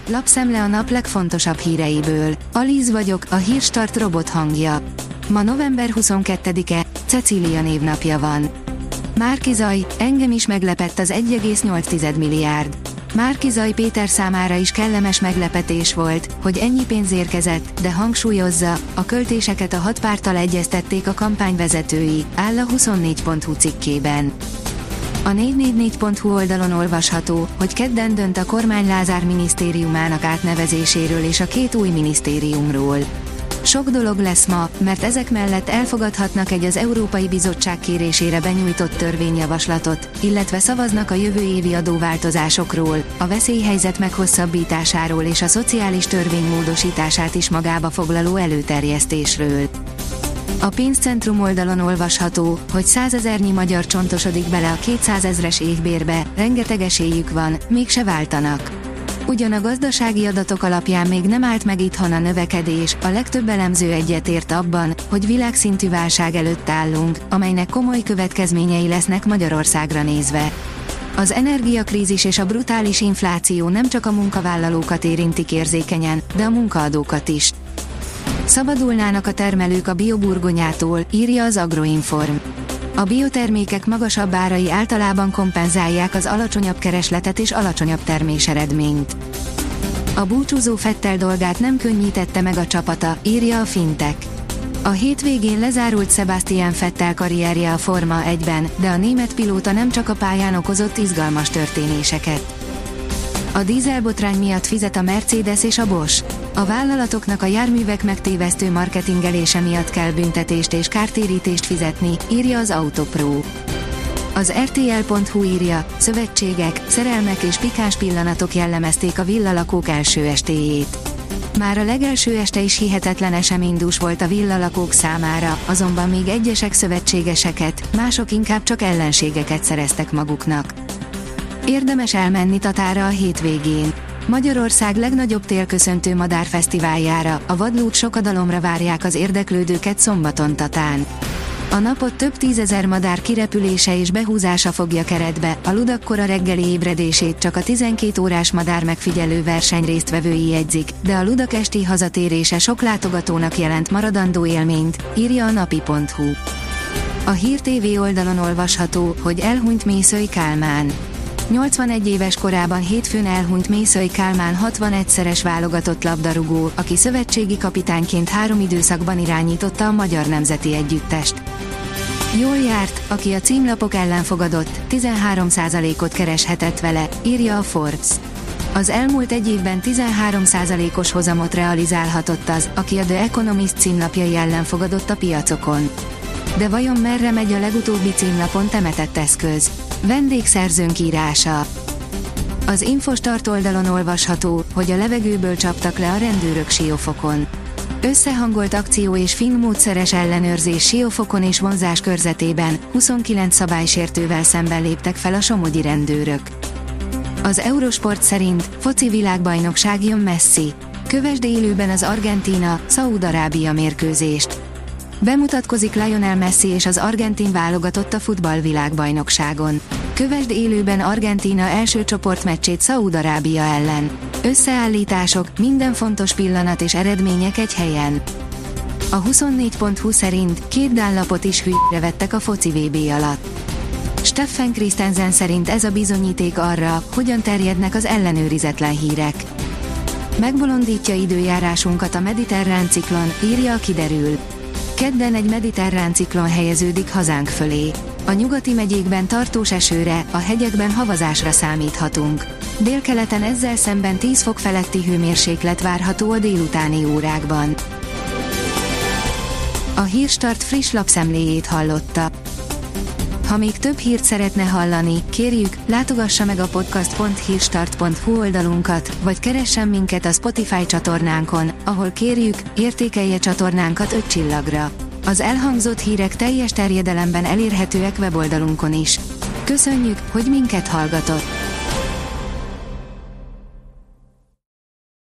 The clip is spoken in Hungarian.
Lapszemle a nap legfontosabb híreiből. Alíz vagyok, a Hírstart robot hangja. Ma november 22-e, Cecília névnapja van. Márki-Zay, engem is meglepett az 1,8 milliárd. Márki-Zay Péter számára is kellemes meglepetés volt, hogy ennyi pénz érkezett, de hangsúlyozza, a költéseket a 6 párttal egyeztették a kampányvezetői, áll a 24.hu cikkében. A 444.hu oldalon olvasható, hogy kedden dönt a kormány Lázár minisztériumának átnevezéséről és a 2 új minisztériumról. Sok dolog lesz ma, mert ezek mellett elfogadhatnak egy az Európai Bizottság kérésére benyújtott törvényjavaslatot, illetve szavaznak a jövő évi adóváltozásokról, a veszélyhelyzet meghosszabbításáról és a szociális törvény módosítását is magába foglaló előterjesztésről. A pénzcentrum oldalon olvasható, hogy 100 000-nyi magyar csontosodik bele a 200 000-es évbérbe, rengeteg esélyük van, mégse váltanak. Ugyan a gazdasági adatok alapján még nem állt meg itthon a növekedés, a legtöbb elemző egyetért abban, hogy világszintű válság előtt állunk, amelynek komoly következményei lesznek Magyarországra nézve. Az energiakrízis és a brutális infláció nem csak a munkavállalókat érintik érzékenyen, de a munkaadókat is. Szabadulnának a termelők a bioburgonyától, írja az Agroinform. A biotermékek magasabb árai általában kompenzálják az alacsonyabb keresletet és alacsonyabb terméseredményt. A búcsúzó Vettel dolgát nem könnyítette meg a csapata, írja a Fintech. A hétvégén lezárult Sebastian Vettel karrierje a Forma 1-ben, de a német pilóta nem csak a pályán okozott izgalmas történéseket. A dízelbotrány miatt fizet a Mercedes és a Bosch. A vállalatoknak a járművek megtévesztő marketingelése miatt kell büntetést és kártérítést fizetni, írja az Autopro. Az RTL.hu írja, szövetségek, szerelmek és pikáns pillanatok jellemezték a villalakók első estéjét. Már a legelső este is hihetetlen eseménydús volt a villalakók számára, azonban még egyesek szövetségeseket, mások inkább csak ellenségeket szereztek maguknak. Érdemes elmenni Tatára a hétvégén. Magyarország legnagyobb télköszöntő madárfesztiváljára, a vadlót sokadalomra várják az érdeklődőket szombaton Tatán. A napot több 10 000 madár kirepülése és behúzása fogja keretbe, a ludak kora reggeli ébredését csak a 12 órás madár megfigyelő verseny résztvevői jegyzik, de a ludak esti hazatérése sok látogatónak jelent maradandó élményt, írja a napi.hu. A Hír TV oldalon olvasható, hogy elhunyt Mészöly Kálmán. 81 éves korában hétfőn elhunyt Mészöly Kálmán 61-szeres válogatott labdarúgó, aki szövetségi kapitányként 3 időszakban irányította a magyar nemzeti együttest. Jól járt, aki a címlapok ellen fogadott, 13%-ot kereshetett vele, írja a Forbes. Az elmúlt egy évben 13%-os hozamot realizálhatott az, aki a The Economist címlapjai ellen fogadott a piacokon. De vajon merre megy a legutóbbi címlapon temetett eszköz? Vendégszerzőnk írása. Az Infostart oldalon olvasható, hogy a levegőből csaptak le a rendőrök Siófokon. Összehangolt akció és finn módszeres ellenőrzés Siófokon és vonzás körzetében, 29 szabálysértővel szemben léptek fel a somogyi rendőrök. Az Eurosport szerint foci világbajnokság jön Messi. Kövesd élőben az Argentína-Szaúd-Arábia mérkőzést. Bemutatkozik Lionel Messi és az argentin válogatott a futballvilágbajnokságon. Kövesd élőben Argentína első csoportmeccsét Szaúd-Arábia ellen. Összeállítások, minden fontos pillanat és eredmények egy helyen. A 24.hu szerint 2 dánlapot is hűre vettek a foci VB alatt. Steffen Christensen szerint ez a bizonyíték arra, hogyan terjednek az ellenőrizetlen hírek. Megbolondítja időjárásunkat a mediterrán ciklon, írja a Kiderül. Kedden egy mediterrán ciklon helyeződik hazánk fölé. A nyugati megyékben tartós esőre, a hegyekben havazásra számíthatunk. Délkeleten ezzel szemben 10 fok feletti hőmérséklet várható a délutáni órákban. A Hírstart friss lapszemléjét hallotta. Ha még több hírt szeretne hallani, kérjük, látogassa meg a podcast.hírstart.hu oldalunkat, vagy keressen minket a Spotify csatornánkon, ahol kérjük, értékelje csatornánkat 5 csillagra. Az elhangzott hírek teljes terjedelemben elérhetőek weboldalunkon is. Köszönjük, hogy minket hallgatott!